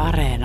Areena.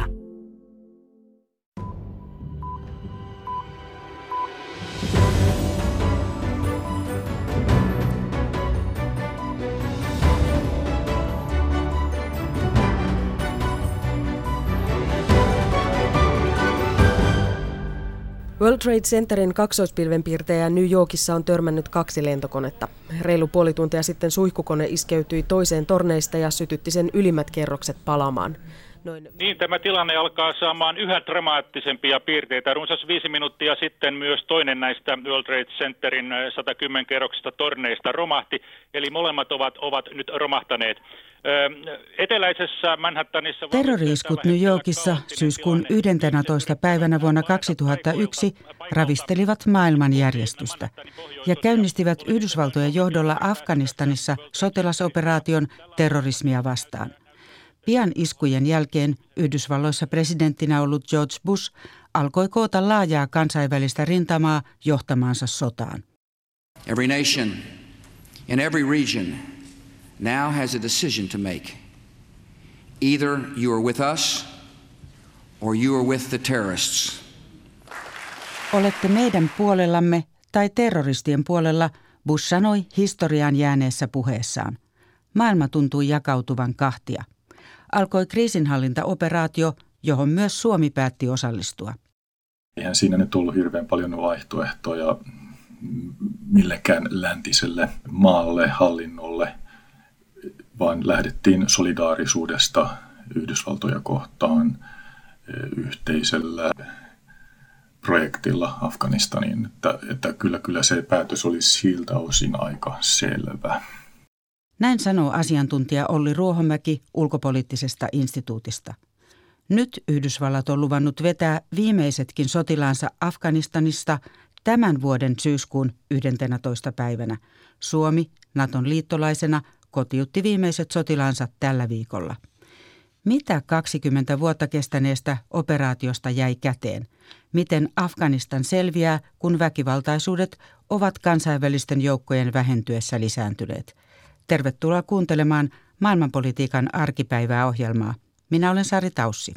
World Trade Centerin kaksoispilvenpiirtäjä New Yorkissa on törmännyt 2 lentokonetta. Reilu puoli tuntia sitten suihkukone iskeytyi toiseen torneista ja sytytti sen ylimmät kerrokset palamaan. Niin, tämä tilanne alkaa saamaan yhä dramaattisempia piirteitä. Runsas 5 minuuttia sitten myös toinen näistä World Trade Centerin 110 kerroksista torneista romahti, eli molemmat ovat nyt romahtaneet. Eteläisessä Manhattanissa... Terrori-iskut New Yorkissa syyskuun 11. päivänä vuonna 2001 ravistelivat maailmanjärjestystä ja käynnistivät Yhdysvaltojen johdolla Afganistanissa sotilasoperaation terrorismia vastaan. Pian iskujen jälkeen Yhdysvalloissa presidenttinä ollut George Bush alkoi koota laajaa kansainvälistä rintamaa johtamaansa sotaan. Every nation in every region now has a decision to make. Either you are with us or you are with the terrorists. Olette meidän puolellamme tai terroristien puolella, Bush sanoi historiaan jääneessä puheessaan. Maailma tuntui jakautuvan kahtia. Alkoi kriisinhallintaoperaatio, johon myös Suomi päätti osallistua. Eihän siinä nyt ollut hirveän paljon vaihtoehtoja millekään läntiselle maalle, hallinnolle, vaan lähdettiin solidaarisuudesta Yhdysvaltoja kohtaan yhteisellä projektilla Afganistaniin. Että kyllä se päätös oli siltä osin aika selvä. Näin sanoo asiantuntija Olli Ruohomäki Ulkopoliittisesta instituutista. Nyt Yhdysvallat on luvannut vetää viimeisetkin sotilaansa Afganistanista tämän vuoden syyskuun 11. päivänä. Suomi, Naton liittolaisena, kotiutti viimeiset sotilaansa tällä viikolla. Mitä 20 vuotta kestäneestä operaatiosta jäi käteen? Miten Afganistan selviää, kun väkivaltaisuudet ovat kansainvälisten joukkojen vähentyessä lisääntyneet? Tervetuloa kuuntelemaan maailmanpolitiikan arkipäivää ohjelmaa. Minä olen Sari Taussi.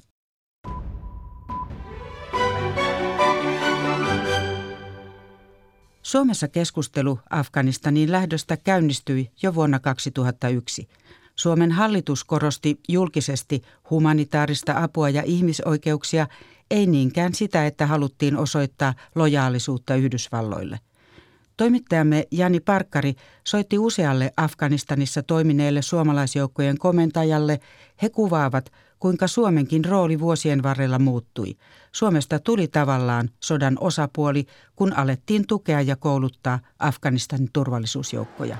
Suomessa keskustelu Afganistaniin lähdöstä käynnistyi jo vuonna 2001. Suomen hallitus korosti julkisesti humanitaarista apua ja ihmisoikeuksia, ei niinkään sitä, että haluttiin osoittaa lojaalisuutta Yhdysvalloille. Toimittajamme Jani Parkkari soitti usealle Afganistanissa toimineelle suomalaisjoukkojen komentajalle. He kuvaavat, kuinka Suomenkin rooli vuosien varrella muuttui. Suomesta tuli tavallaan sodan osapuoli, kun alettiin tukea ja kouluttaa Afganistanin turvallisuusjoukkoja.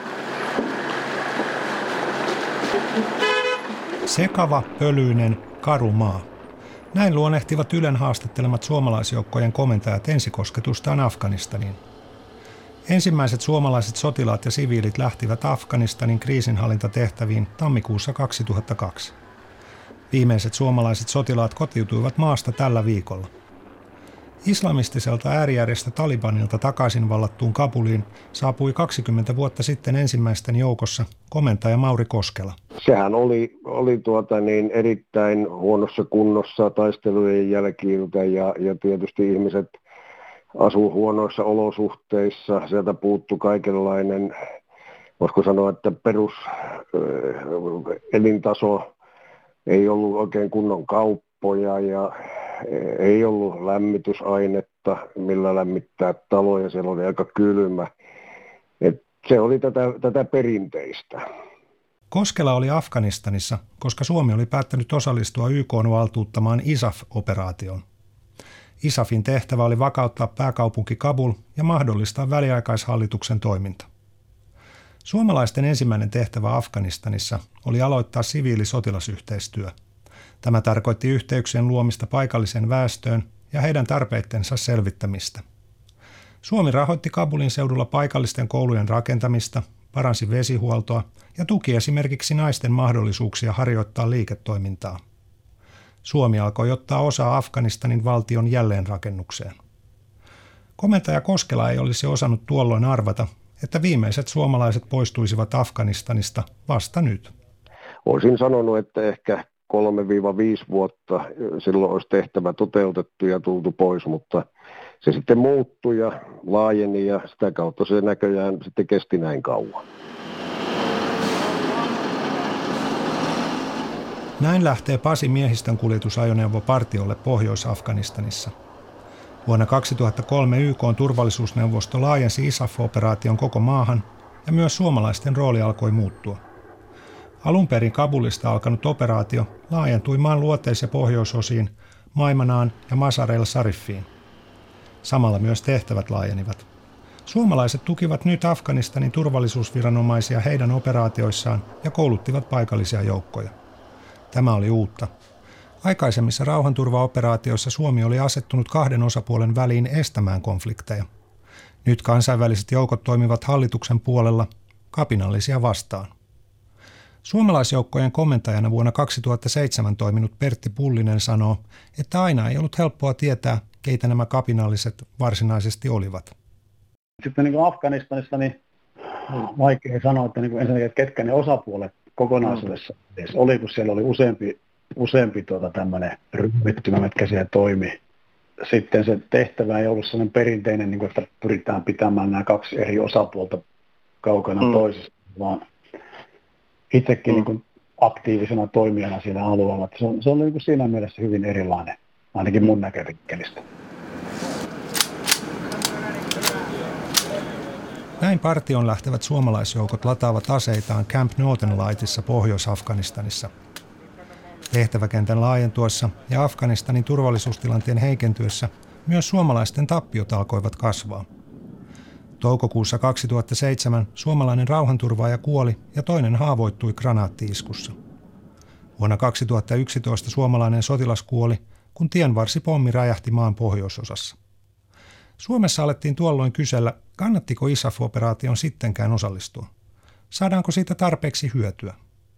Sekava, pölyinen, karu maa. Näin luonnehtivat Ylen haastattelemat suomalaisjoukkojen komentajat ensikosketustaan Afganistaniin. Ensimmäiset suomalaiset sotilaat ja siviilit lähtivät Afganistanin kriisinhallintatehtäviin tammikuussa 2002. Viimeiset suomalaiset sotilaat kotiutuivat maasta tällä viikolla. Islamistiselta äärijärjestö Talibanilta takaisin vallattuun Kabuliin saapui 20 vuotta sitten ensimmäisten joukossa komentaja Mauri Koskela. Sehän oli erittäin huonossa kunnossa taistelujen jälkiiltä ja tietysti ihmiset asuu huonoissa olosuhteissa, sieltä puuttu kaikenlainen, voisiko sanoa, että peruselintaso, ei ollut oikein kunnon kauppoja ja ei ollut lämmitysainetta, millä lämmittää taloja, siellä oli aika kylmä. Se oli tätä perinteistä. Koskela oli Afganistanissa, koska Suomi oli päättänyt osallistua YK:n valtuuttamaan ISAF-operaatioon. ISAFin tehtävä oli vakauttaa pääkaupunki Kabul ja mahdollistaa väliaikaishallituksen toiminta. Suomalaisten ensimmäinen tehtävä Afganistanissa oli aloittaa siviilisotilasyhteistyö. Tämä tarkoitti yhteyksien luomista paikalliseen väestöön ja heidän tarpeittensa selvittämistä. Suomi rahoitti Kabulin seudulla paikallisten koulujen rakentamista, paransi vesihuoltoa ja tuki esimerkiksi naisten mahdollisuuksia harjoittaa liiketoimintaa. Suomi alkoi ottaa osaa Afganistanin valtion jälleenrakennukseen. Komentaja Koskela ei olisi osannut tuolloin arvata, että viimeiset suomalaiset poistuisivat Afganistanista vasta nyt. Olisin sanonut, että ehkä 3-5 vuotta silloin olisi tehtävä toteutettu ja tultu pois, mutta se sitten muuttui ja laajeni ja sitä kautta se näköjään sitten kesti näin kauan. Näin lähtee Pasi miehistön kuljetusajoneuvo partiolle Pohjois-Afganistanissa. Vuonna 2003 YK:n turvallisuusneuvosto laajensi ISAF-operaation koko maahan ja myös suomalaisten rooli alkoi muuttua. Alun perin Kabulista alkanut operaatio laajentui maan luoteis- ja pohjoisosiin, Maimanaan ja Mazar-e-Sharifiin. Samalla myös tehtävät laajenivat. Suomalaiset tukivat nyt Afganistanin turvallisuusviranomaisia heidän operaatioissaan ja kouluttivat paikallisia joukkoja. Tämä oli uutta. Aikaisemmissa rauhanturvaoperaatioissa Suomi oli asettunut kahden osapuolen väliin estämään konflikteja. Nyt kansainväliset joukot toimivat hallituksen puolella kapinallisia vastaan. Suomalaisjoukkojen komentajana vuonna 2007 toiminut Pertti Pullinen sanoo, että aina ei ollut helppoa tietää, keitä nämä kapinalliset varsinaisesti olivat. Sitten niin kuin Afganistanissa niin vaikea sanoa, että niin ensinnäkin, että ketkä ne osapuolet kokonaisuudessa oli, kun siellä oli useampi tämmöinen ryhmittymä, mitkä siellä toimi. Sitten se tehtävä ei ollut sellainen perinteinen, niin kuin, että pyritään pitämään nämä kaksi eri osapuolta kaukana toisista, vaan itsekin niin kuin aktiivisena toimijana siinä alueella. Se on niin kuin siinä mielessä hyvin erilainen, ainakin mun näkövinkkelistä. Näin partioon lähtevät suomalaisjoukot lataavat aseitaan Camp Northern Lightissa Pohjois-Afganistanissa. Tehtäväkentän laajentuessa ja Afganistanin turvallisuustilanteen heikentyessä myös suomalaisten tappiot alkoivat kasvaa. Toukokuussa 2007 suomalainen rauhanturvaaja kuoli ja toinen haavoittui granaatti-iskussa. Vuonna 2011 suomalainen sotilas kuoli, kun tienvarsipommi räjähti maan pohjoisosassa. Suomessa alettiin tuolloin kysellä, kannattiko ISAF-operaation sittenkään osallistua. Saadaanko siitä tarpeeksi hyötyä?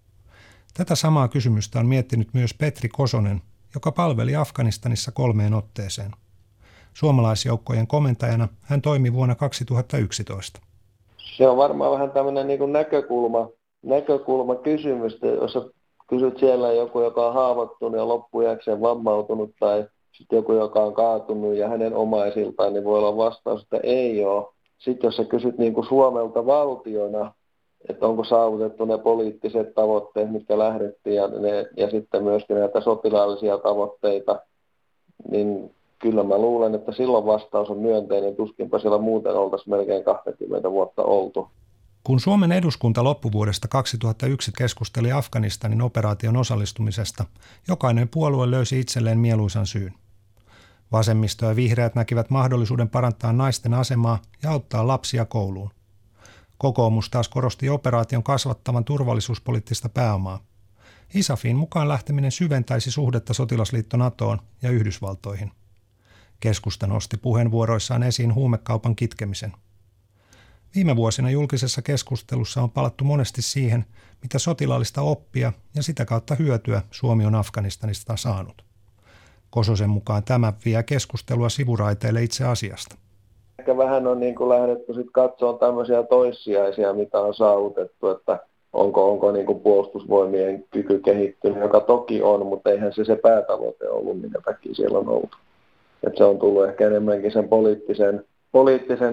Tätä samaa kysymystä on miettinyt myös Petri Kosonen, joka palveli Afganistanissa 3 otteeseen. Suomalaisjoukkojen komentajana hän toimi vuonna 2011. Se on varmaan vähän tämmöinen niin kuin näkökulma kysymys, jos kysyt siellä joku, joka on haavoittunut ja loppujakseen vammautunut tai sitten joku, joka on kaatunut ja hänen omaisiltaan, niin voi olla vastaus, että ei ole. Sitten jos sä kysyt niin kuin Suomelta valtiona, että onko saavutettu ne poliittiset tavoitteet, mitkä lähdettiin, ja sitten myöskin näitä sotilaallisia tavoitteita, niin kyllä mä luulen, että silloin vastaus on myönteinen, tuskinpä siellä muuten oltaisiin melkein 20 vuotta oltu. Kun Suomen eduskunta loppuvuodesta 2001 keskusteli Afganistanin operaation osallistumisesta, jokainen puolue löysi itselleen mieluisan syyn. Vasemmisto ja vihreät näkivät mahdollisuuden parantaa naisten asemaa ja auttaa lapsia kouluun. Kokoomus taas korosti operaation kasvattavan turvallisuuspoliittista pääomaa. ISAFin mukaan lähteminen syventäisi suhdetta sotilasliitto NATOon ja Yhdysvaltoihin. Keskusta nosti puheenvuoroissaan esiin huumekaupan kitkemisen. Viime vuosina julkisessa keskustelussa on palattu monesti siihen, mitä sotilaallista oppia ja sitä kautta hyötyä Suomi on Afganistanista saanut. Kososen mukaan tämä vie keskustelua sivuraiteille itse asiasta. Ehkä vähän on niin kuin lähdetty sit katsomaan tämmöisiä toissijaisia, mitä on saavutettu, että onko niin kuin puolustusvoimien kyky kehittynyt, joka toki on, mutta eihän se päätavoite ollut, minkä takia siellä on ollut. Että se on tullut ehkä enemmänkin sen poliittisen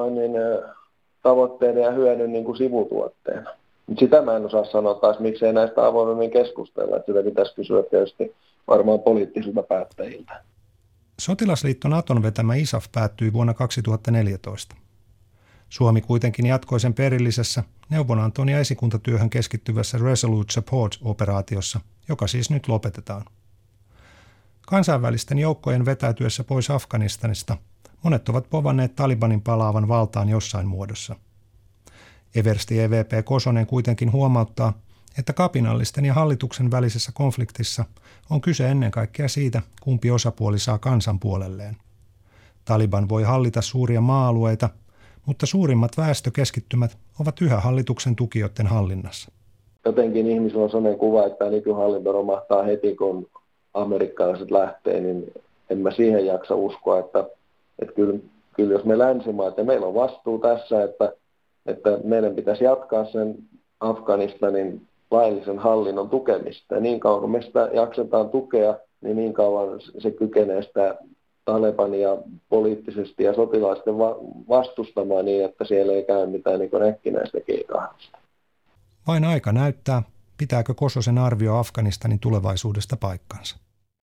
tavoitteiden ja hyödyn niin kuin sivutuotteena. Mutta sitä mä en osaa sanoa taas, miksei näistä avoimemmin keskustella, että sitä pitäisi kysyä tietysti varmaan poliittisilta päättäjiltä. Sotilasliitto Naton vetämä ISAF päättyi vuonna 2014. Suomi kuitenkin jatkoi sen perillisessä neuvonantoon ja esikuntatyöhön keskittyvässä Resolute Support-operaatiossa, joka siis nyt lopetetaan. Kansainvälisten joukkojen vetäytyessä pois Afganistanista monet ovat povanneet Talibanin palaavan valtaan jossain muodossa. Eversti EVP Kosonen kuitenkin huomauttaa, että kapinallisten ja hallituksen välisessä konfliktissa on kyse ennen kaikkea siitä, kumpi osapuoli saa kansan puolelleen. Taliban voi hallita suuria maa-alueita, mutta suurimmat väestökeskittymät ovat yhä hallituksen tukijoiden hallinnassa. Jotenkin ihmisillä on sellainen kuva, että nykyhallinto romahtaa heti, kun amerikkalaiset lähtee, niin en mä siihen jaksa uskoa, että kyllä jos me länsimaat, ja meillä on vastuu tässä, että meidän pitäisi jatkaa sen Afganistanin laillisen hallinnon tukemista. Ja niin kauan kun me sitä jaksetaan tukea, niin kauan se kykenee sitä Talebania poliittisesti ja sotilaisesti vastustamaan niin, että siellä ei käy mitään niin äkkinäistä kiikahdasta. Vain aika näyttää, pitääkö Kososen arvio Afganistanin tulevaisuudesta paikkansa.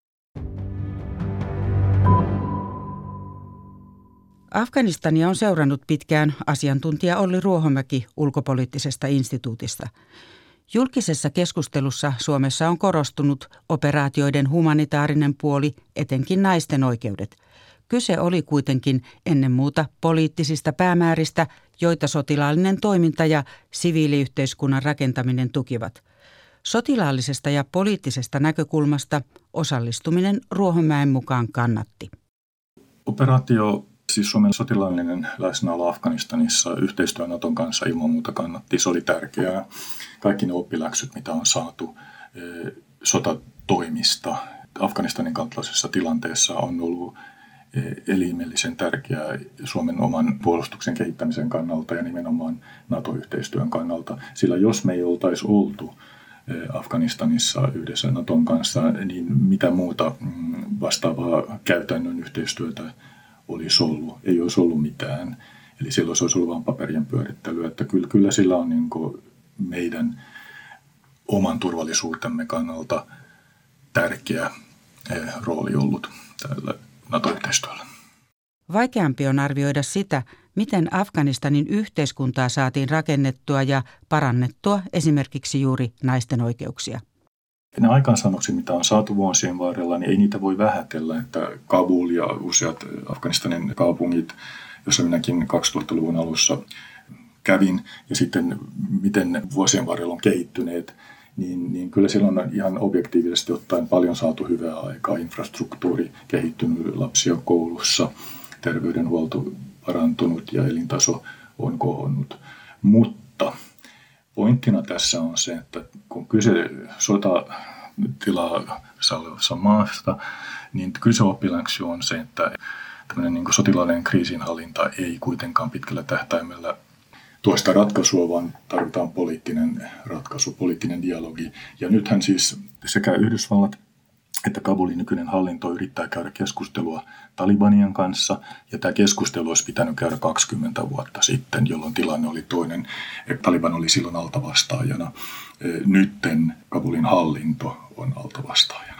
Afganistania on seurannut pitkään asiantuntija Olli Ruohomäki ulkopoliittisesta instituutista. Julkisessa keskustelussa Suomessa on korostunut operaatioiden humanitaarinen puoli, etenkin naisten oikeudet. Kyse oli kuitenkin ennen muuta poliittisista päämääristä, joita sotilaallinen toiminta ja siviiliyhteiskunnan rakentaminen tukivat. Sotilaallisesta ja poliittisesta näkökulmasta osallistuminen Ruohomäen mukaan kannatti. Operaatio, siis Suomen sotilaallinen läsnäolo Afganistanissa yhteistyö Naton kanssa ilman muuta kannatti. Se oli tärkeää. Kaikki ne oppiläksyt, mitä on saatu sotatoimista Afganistanin kaltaisessa tilanteessa, on ollut elimellisen tärkeää Suomen oman puolustuksen kehittämisen kannalta ja nimenomaan NATO-yhteistyön kannalta. Sillä jos me ei oltaisi oltu Afganistanissa yhdessä Naton kanssa, niin mitä muuta vastaavaa käytännön yhteistyötä olisi ollut? Ei olisi ollut mitään. Eli silloin se olisi ollut vain paperien pyörittelyä. Että kyllä sillä on niin kuin meidän oman turvallisuutemme kannalta tärkeä rooli ollut tällä NATO-yhteistyöllä. Vaikeampi on arvioida sitä, miten Afganistanin yhteiskuntaa saatiin rakennettua ja parannettua esimerkiksi juuri naisten oikeuksia. Ne aikaansaannokset, mitä on saatu vuosien varrella, niin ei niitä voi vähätellä, että Kabul ja useat Afganistanin kaupungit, joissa minäkin 2000-luvun alussa kävin, ja sitten miten vuosien varrella on kehittyneet, niin kyllä siellä on ihan objektiivisesti ottaen paljon saatu hyvää aikaa. Infrastruktuuri kehittynyt, lapsia koulussa, terveydenhuolto parantunut ja elintaso on kohonnut. Mutta pointtina tässä on se, että kun kyse sotatilassa olevassa maasta, niin kyse oppiläksy on se, että tämmöinen niin kuin sotilaallinen kriisinhallinta ei kuitenkaan pitkällä tähtäimellä tuo sitä ratkaisua, vaan tarvitaan poliittinen ratkaisu, poliittinen dialogi. Ja nythän siis sekä Yhdysvallat että Kabulin nykyinen hallinto yrittää käydä keskustelua Talibanien kanssa. Ja tämä keskustelu olisi pitänyt käydä 20 vuotta sitten, jolloin tilanne oli toinen. Taliban oli silloin altavastaajana. Nytten Kabulin hallinto on altavastaajana.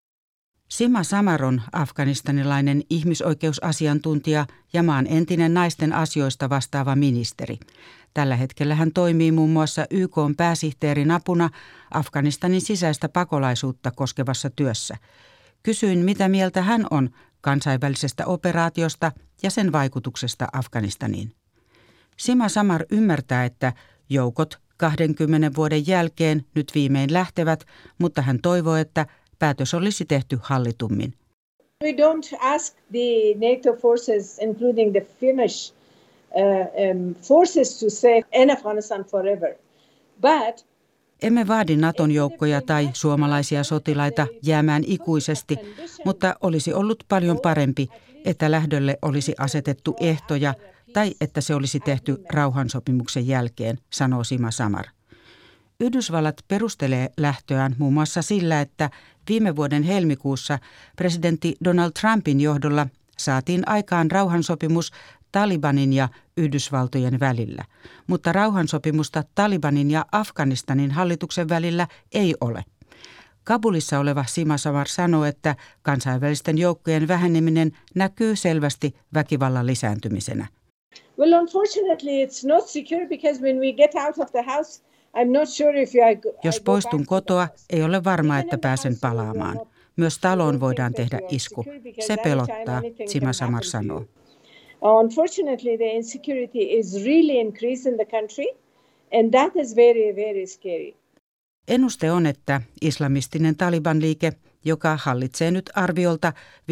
Sima Samar on afganistanilainen ihmisoikeusasiantuntija ja maan entinen naisten asioista vastaava ministeri. Tällä hetkellä hän toimii muun muassa YK:n pääsihteerin apuna Afganistanin sisäistä pakolaisuutta koskevassa työssä. Kysyin, mitä mieltä hän on kansainvälisestä operaatiosta ja sen vaikutuksesta Afganistaniin. Sima Samar ymmärtää, että joukot 20 vuoden jälkeen nyt viimein lähtevät, mutta hän toivoo, että päätös olisi tehty hallitummin. We don't ask the NATO forces, including the Finnish forces, to stay in Afghanistan forever. But emme vaadi Naton joukkoja tai suomalaisia sotilaita jäämään ikuisesti, mutta olisi ollut paljon parempi, että lähdölle olisi asetettu ehtoja tai että se olisi tehty rauhansopimuksen jälkeen, sanoo Sima Samar. Yhdysvallat perustelee lähtöään muun muassa sillä, että viime vuoden helmikuussa presidentti Donald Trumpin johdolla saatiin aikaan rauhansopimus Talibanin ja Yhdysvaltojen välillä, mutta rauhansopimusta Talibanin ja Afganistanin hallituksen välillä ei ole. Kabulissa oleva Sima Samar sanoo, että kansainvälisten joukkojen väheneminen näkyy selvästi väkivallan lisääntymisenä. Well, unfortunately it's not secure because when we get out of the house, I'm not sure if Jos poistun kotoa, ei ole varma, että pääsen palaamaan. Myös taloon voidaan tehdä isku. Se pelottaa, Sima Samar sanoo. Unfortunately, the insecurity is really increased in the country, and that is very, very scary. Ennuste on, että islamistinen Taliban-liike, joka hallitsee nyt arviolta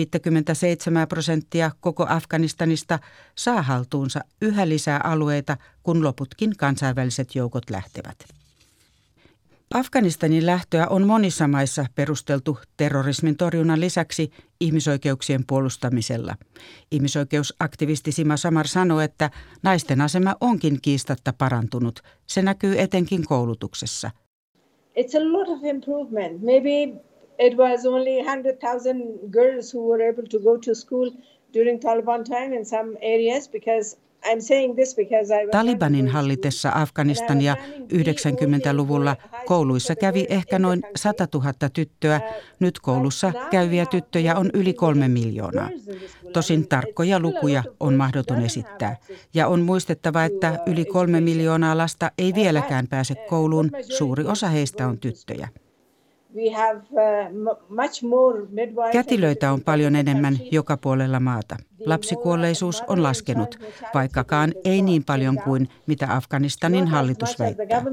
57% koko Afganistanista, saa haltuunsa yhä lisää alueita, kun loputkin kansainväliset joukot lähtevät. Afganistanin lähtöä on monissa maissa perusteltu terrorismin torjunnan lisäksi ihmisoikeuksien puolustamisella. Ihmisoikeusaktivisti Sima Samar sanoo, että naisten asema onkin kiistatta parantunut. Se näkyy etenkin koulutuksessa. it's a lot of improvement. Maybe it was only 100,000 girls who were able to go to school during Taliban time in some areas because I'm saying this because I was Talibanin hallitessa Afganistania 90-luvulla kouluissa kävi ehkä noin 100 000 tyttöä. Nyt koulussa käyviä tyttöjä on yli 3 miljoonaa. Tosin tarkkoja lukuja on mahdoton esittää. Ja on muistettava, että yli 3 miljoonaa lasta ei vieläkään pääse kouluun. Suuri osa heistä on tyttöjä. Kätilöitä on paljon enemmän joka puolella maata. Lapsikuolleisuus on laskenut, vaikkakaan ei niin paljon kuin mitä Afganistanin hallitus väittää.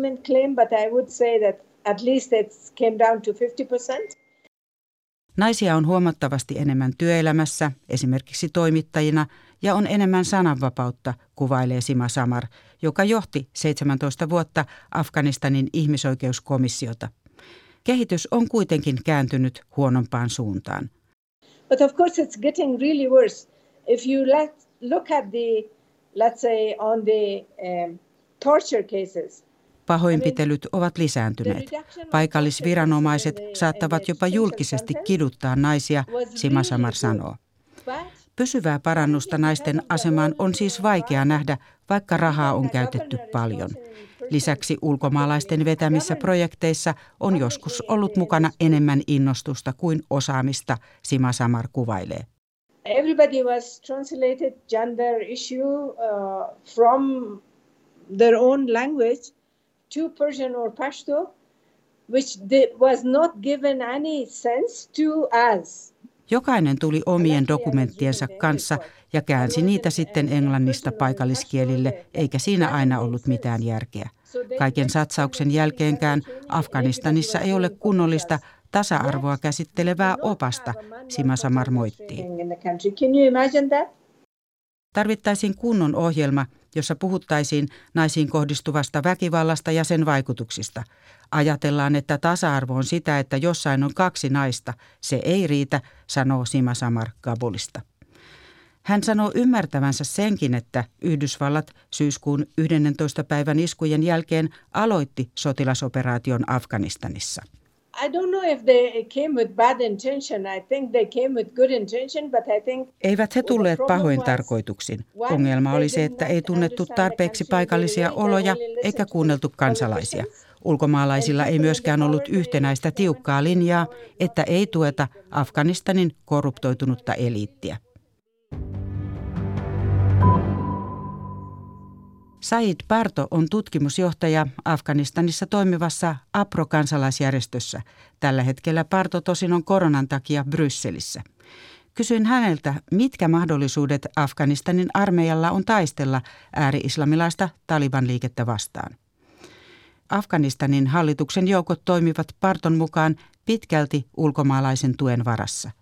Naisia on huomattavasti enemmän työelämässä, esimerkiksi toimittajina, ja on enemmän sananvapautta, kuvailee Sima Samar, joka johti 17 vuotta Afganistanin ihmisoikeuskomissiota. Kehitys on kuitenkin kääntynyt huonompaan suuntaan. But of course it's getting really worse. If you look at the, let's say, on the torture cases. Pahoinpitelyt ovat lisääntyneet. Paikallisviranomaiset saattavat jopa julkisesti kiduttaa naisia, Sima Samar sanoo. Pysyvää parannusta naisten asemaan on siis vaikea nähdä, vaikka rahaa on käytetty paljon. Lisäksi ulkomaalaisten vetämissä projekteissa on joskus ollut mukana enemmän innostusta kuin osaamista, Sima Samar kuvailee. Everybody was translated gender issue from their own language to Persian or Pashto, which was not given any sense to us. Jokainen tuli omien dokumenttiensa kanssa ja käänsi niitä sitten englannista paikalliskielille, eikä siinä aina ollut mitään järkeä. Kaiken satsauksen jälkeenkään Afganistanissa ei ole kunnollista tasa-arvoa käsittelevää opasta, Sima Samar moittii. Tarvittaisiin kunnon ohjelma, jossa puhuttaisiin naisiin kohdistuvasta väkivallasta ja sen vaikutuksista. Ajatellaan, että tasa-arvo on sitä, että jossain on 2 naista. Se ei riitä, sanoo Sima Samar Kabulista. Hän sanoo ymmärtävänsä senkin, että Yhdysvallat syyskuun 11. päivän iskujen jälkeen aloitti sotilasoperaation Afganistanissa. I don't know if they came with bad intention. I think they came with good intention, but I think eivät he tulleet pahoin tarkoituksin. Ongelma oli se, että ei tunnettu tarpeeksi paikallisia oloja eikä kuunneltu kansalaisia. Ulkomaalaisilla ei myöskään ollut yhtenäistä tiukkaa linjaa, että ei tueta Afganistanin korruptoitunutta eliittiä. Said Barto on tutkimusjohtaja Afganistanissa toimivassa APRO-kansalaisjärjestössä. Tällä hetkellä Barto tosin on koronan takia Brysselissä. Kysyin häneltä, mitkä mahdollisuudet Afganistanin armeijalla on taistella ääri-islamilaista Taliban-liikettä vastaan. Afganistanin hallituksen joukot toimivat Barton mukaan pitkälti ulkomaalaisen tuen varassa.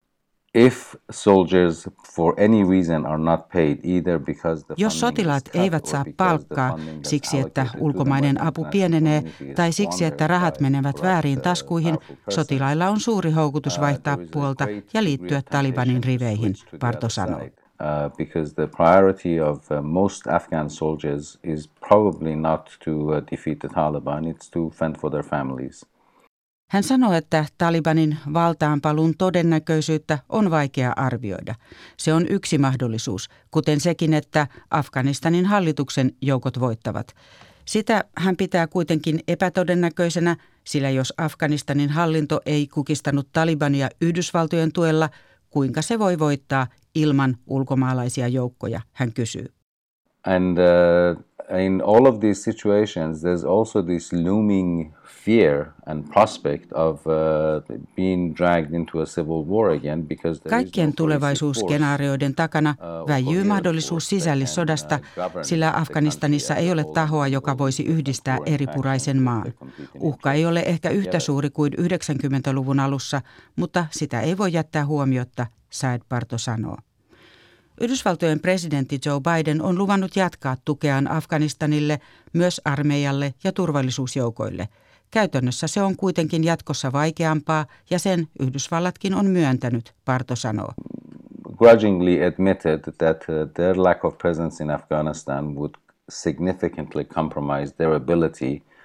Jos sotilaat eivät saa palkkaa siksi, että ulkomainen apu pienenee tai siksi, että rahat menevät vääriin taskuihin, sotilailla on suuri houkutus vaihtaa puolta ja liittyä Talibanin riveihin, Barto sanoo. Because the priority of most Afghan soldiers is probably not to defeat the Taliban, it's to fend for their families. Hän sanoi, että Talibanin valtaanpaluun todennäköisyyttä on vaikea arvioida. Se on yksi mahdollisuus, kuten sekin, että Afganistanin hallituksen joukot voittavat. Sitä hän pitää kuitenkin epätodennäköisenä, sillä jos Afganistanin hallinto ei kukistanut Talibania Yhdysvaltojen tuella, kuinka se voi voittaa ilman ulkomaalaisia joukkoja, hän kysyy. And in all of these situations, there's also this looming fear and prospect of being dragged into a civil war again because kaikkien tulevaisuusskenaarioiden takana väijyy mahdollisuus sisällissodasta, sillä Afganistanissa ei ole tahoa, joka voisi yhdistää eripuraisen maan. Uhka ei ole ehkä yhtä suuri kuin 90-luvun alussa, mutta sitä ei voi jättää huomiotta, Said Barto sanoo. Yhdysvaltojen presidentti Joe Biden on luvannut jatkaa tukeaan Afganistanille, myös armeijalle ja turvallisuusjoukoille. Käytännössä se on kuitenkin jatkossa vaikeampaa ja sen Yhdysvallatkin on myöntänyt, Barto sanoo. Grudgingly admitted that their lack of presence in Afghanistan would significantly compromise their ability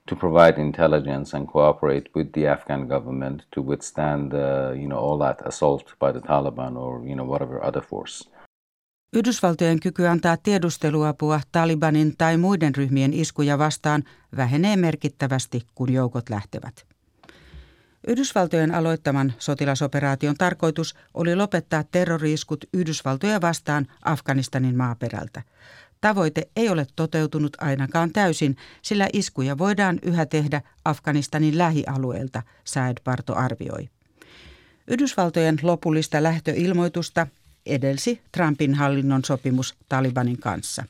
to provide intelligence and cooperate with the Afghan government to withstand, all that assault by the Taliban or, whatever other force. Yhdysvaltojen kyky antaa tiedusteluapua Talibanin tai muiden ryhmien iskuja vastaan vähenee merkittävästi, kun joukot lähtevät. Yhdysvaltojen aloittaman sotilasoperaation tarkoitus oli lopettaa terrori-iskut Yhdysvaltoja vastaan Afganistanin maaperältä. Tavoite ei ole toteutunut ainakaan täysin, sillä iskuja voidaan yhä tehdä Afganistanin lähialueelta, Saed Barto arvioi. Yhdysvaltojen lopullista lähtöilmoitusta edelsi Trumpin hallinnon sopimus Talibanin kanssa.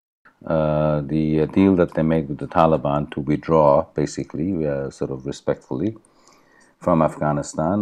The deal that they made with the Taliban to withdraw, basically, sort of respectfully, from Afghanistan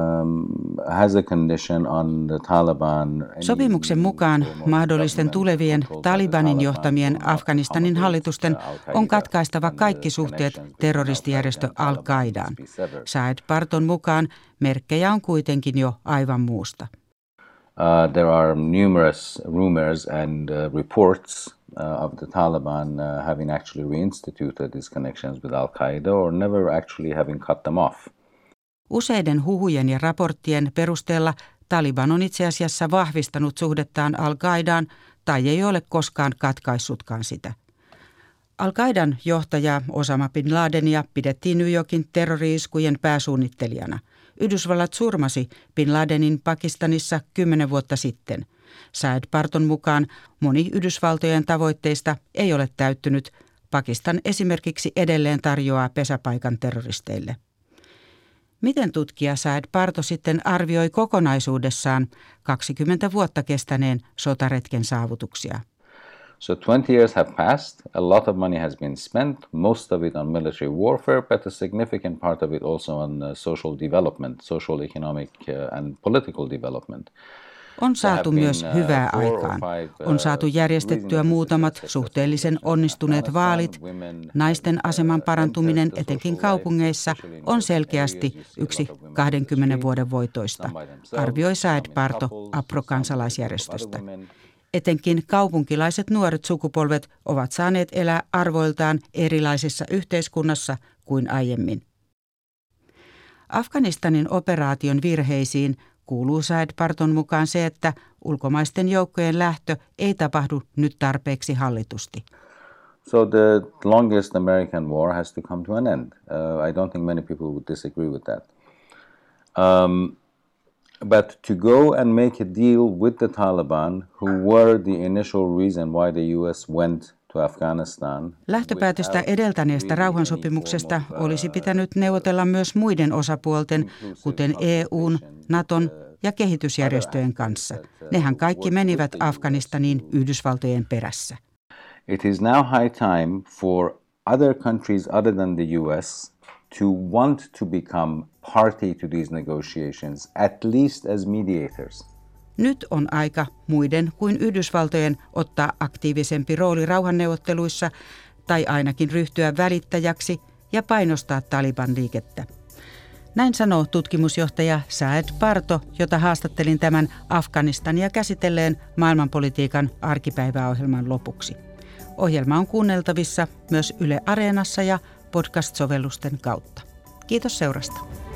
has a condition on the Taliban. Sopimuksen mukaan mahdollisten tulevien Talibanin johtamien Afganistanin hallitusten on katkaistava kaikki suhteet terroristijärjestö Al-Qaidaan. Saed Barton mukaan merkkejä on kuitenkin jo aivan muusta. There are numerous rumors and reports of the Taliban having actually reinstituted these connections with Al-Qaeda or never actually having cut them off. Useiden huhujen ja raporttien perusteella Taliban on itse asiassa vahvistanut suhdettaan Al-Qaidaan tai ei ole koskaan katkaissutkaan sitä. Al-Qaidan johtaja Osama bin Ladenia pidettiin New Yorkin terrori-iskujen pääsuunnittelijana. Yhdysvallat surmasi bin Ladenin Pakistanissa 10 vuotta sitten. Saed Barton mukaan moni Yhdysvaltojen tavoitteista ei ole täyttynyt. Pakistan esimerkiksi edelleen tarjoaa pesäpaikan terroristeille. Miten tutkija Saed Barto sitten arvioi kokonaisuudessaan 20 vuotta kestäneen sotaretken saavutuksia? So 20 years have passed, a lot of money has been spent, most of it on military warfare, but a significant part of it also on social development, social, economic and political development. On saatu myös hyvää aikaan. On saatu järjestettyä muutamat suhteellisen onnistuneet vaalit. Naisten aseman parantuminen etenkin kaupungeissa on selkeästi yksi 20 vuoden voitoista, arvioi Saed Barto APRO-kansalaisjärjestöstä. Etenkin kaupunkilaiset nuoret sukupolvet ovat saaneet elää arvoiltaan erilaisessa yhteiskunnassa kuin aiemmin. Afganistanin operaation virheisiin kuuluu Saed Barton mukaan se, että ulkomaisten joukkojen lähtö ei tapahdu nyt tarpeeksi hallitusti. So the longest American war has to come to an end. I don't think many people would disagree with that. But to go and make a deal with the Taliban, who were the initial reason why the US went to Afghanistan. Lähtöpäätöstä edeltäneestä rauhansopimuksesta olisi pitänyt neuvotella myös muiden osapuolten, kuten EU:n, Naton ja kehitysjärjestöjen kanssa. Nehän kaikki menivät Afganistaniin Yhdysvaltojen perässä. It is now high time for other countries other than the US to want to become party to these negotiations, at least as mediators. Nyt on aika muiden kuin Yhdysvaltojen ottaa aktiivisempi rooli rauhanneuvotteluissa tai ainakin ryhtyä välittäjäksi ja painostaa Taliban-liikettä. Näin sanoo tutkimusjohtaja Saed Barto, jota haastattelin tämän Afganistania käsitelleen maailmanpolitiikan arkipäiväohjelman lopuksi. Ohjelma on kuunneltavissa myös Yle Areenassa ja podcast-sovellusten kautta. Kiitos seurasta.